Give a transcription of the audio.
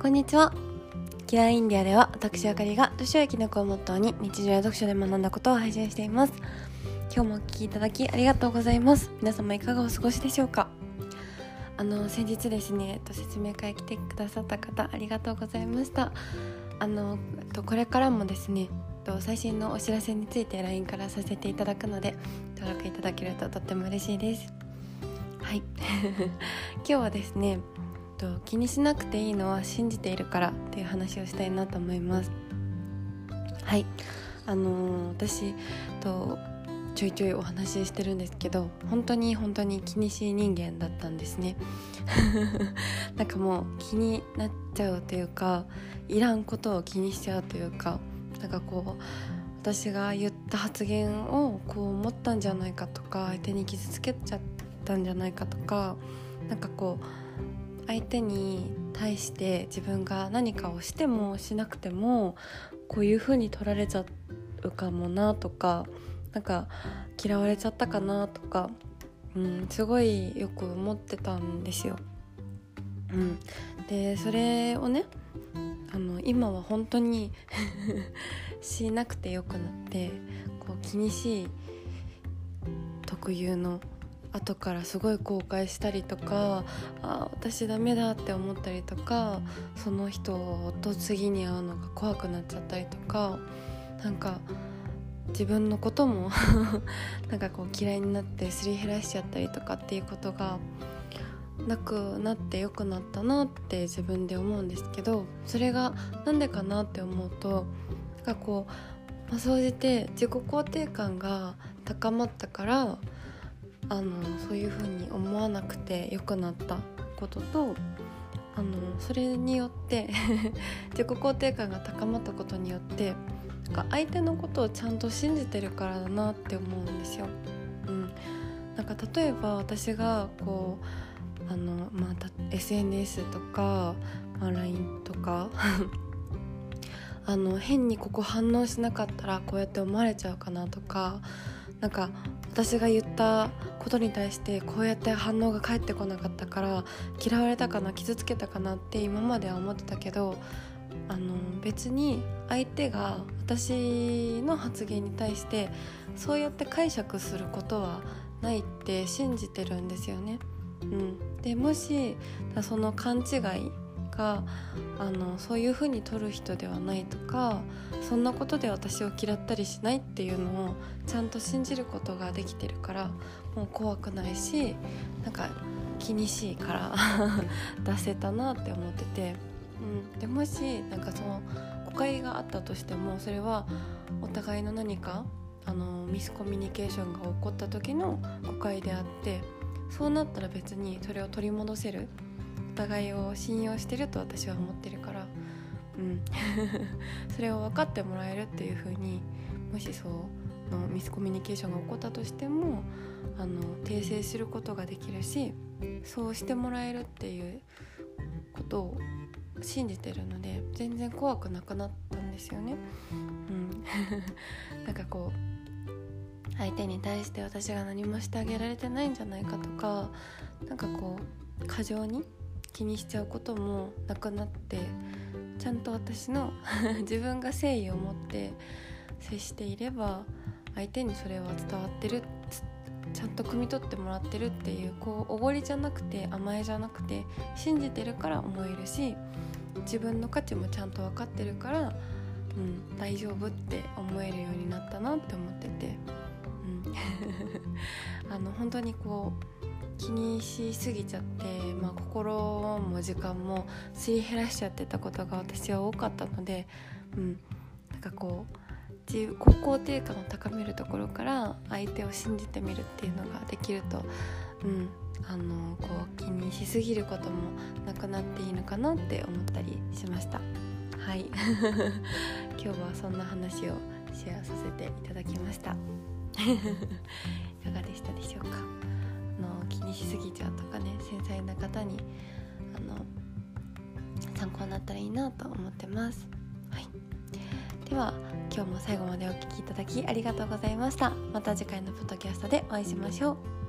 こんにちは。キラーインディアでは私あかりが読書や記録をモットーに日常や読書で学んだことを配信しています。今日もお聞きいただきありがとうございます。皆様いかがお過ごしでしょうか。先日ですね、説明会来てくださった方ありがとうございました。これからもですね、最新のお知らせについて LINE からさせていただくので登録いただけるととっても嬉しいです。はい今日はですね、気にしなくていいのは信じているからっていう話をしたいなと思います。はい、私ちょいちょいお話ししてるんですけど、本当に気にしい人間だったんですねなんかもう気になっちゃうというか、いらんことを気にしちゃうというか、なんか私が言った発言を思ったんじゃないかとか、相手に傷つけちゃったんじゃないかとか、なんか相手に対して自分が何かをしてもしなくてもこういう風に取られちゃうかもなとか、なんか嫌われちゃったかなとか、すごいよく思ってたんですよ。でそれをね、今は本当にしなくてよくなって、気にしい特有の後からすごい後悔したりとか、私ダメだって思ったりとか、その人と次に会うのが怖くなっちゃったりとか、なんか自分のこともなんか嫌いになってすり減らしちゃったりとかっていうことがなくなってよくなったなって自分で思うんですけど、それがなんでかなって思うと、なんか総じて自己肯定感が高まったからそういう風に思わなくて良くなったことと、それによって自己肯定感が高まったことによって、なんか相手のことをちゃんと信じてるからだなって思うんですよ。なんか例えば私がSNS とか、LINE とか変に反応しなかったらこうやって思われちゃうかなとか、なんか私が言ったことに対してこうやって反応が返ってこなかったから嫌われたかな、傷つけたかなって今までは思ってたけど、別に相手が私の発言に対してそうやって解釈することはないって信じてるんですよね。でもしその勘違いがそういう風に取る人ではないとか、そんなことで私を嫌ったりしないっていうのをちゃんと信じることができてるから、もう怖くないし、なんか気にしいから出せたなって思ってて、でもしなんかその誤解があったとしても、それはお互いの何かミスコミュニケーションが起こった時の誤解であって、そうなったら別にそれを取り戻せる、お互いを信用してると私は思ってるから、それを分かってもらえるっていう風に、もしそうのミスコミュニケーションが起こったとしても訂正することができるし、そうしてもらえるっていうことを信じてるので、全然怖くなくなったんですよね。なんか相手に対して私が何もしてあげられてないんじゃないかとか、なんか過剰に気にしちゃうこともなくなって、ちゃんと私の自分が誠意を持って接していれば相手にそれは伝わってる、ちゃんと汲み取ってもらってるっていう、おごりじゃなくて甘えじゃなくて信じてるから思えるし、自分の価値もちゃんと分かってるから、大丈夫って思えるようになったなって思ってて、本当に気にしすぎちゃって、心も時間もすり減らしちゃってたことが私は多かったので、なんか自己肯定感を高めるところから相手を信じてみるっていうのができると、気にしすぎることもなくなっていいのかなって思ったりしました。はい今日はそんな話をシェアさせていただきましたいかがでしたでしょうか。気にしすぎちゃうとかね、繊細な方に参考になったらいいなと思ってます。では今日も最後までお聞きいただきありがとうございました。また次回のポッドキャストでお会いしましょう。